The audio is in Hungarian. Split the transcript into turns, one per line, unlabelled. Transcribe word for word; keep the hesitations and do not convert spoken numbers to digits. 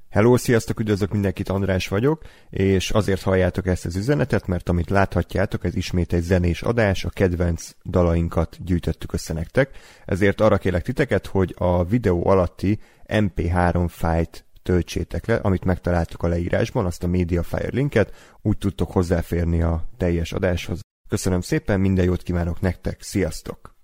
Hello, sziasztok, üdvözlök mindenkit, András vagyok, és azért halljátok ezt az üzenetet, mert amit láthatjátok, ez ismét egy zenés adás, a kedvenc dalainkat gyűjtöttük össze nektek, ezért arra kérlek titeket, hogy a videó alatti em pé három fájlt töltsétek le, amit megtaláltuk a leírásban, azt a Mediafire linket, úgy tudtok hozzáférni a teljes adáshoz. Köszönöm szépen, minden jót kívánok nektek, sziasztok!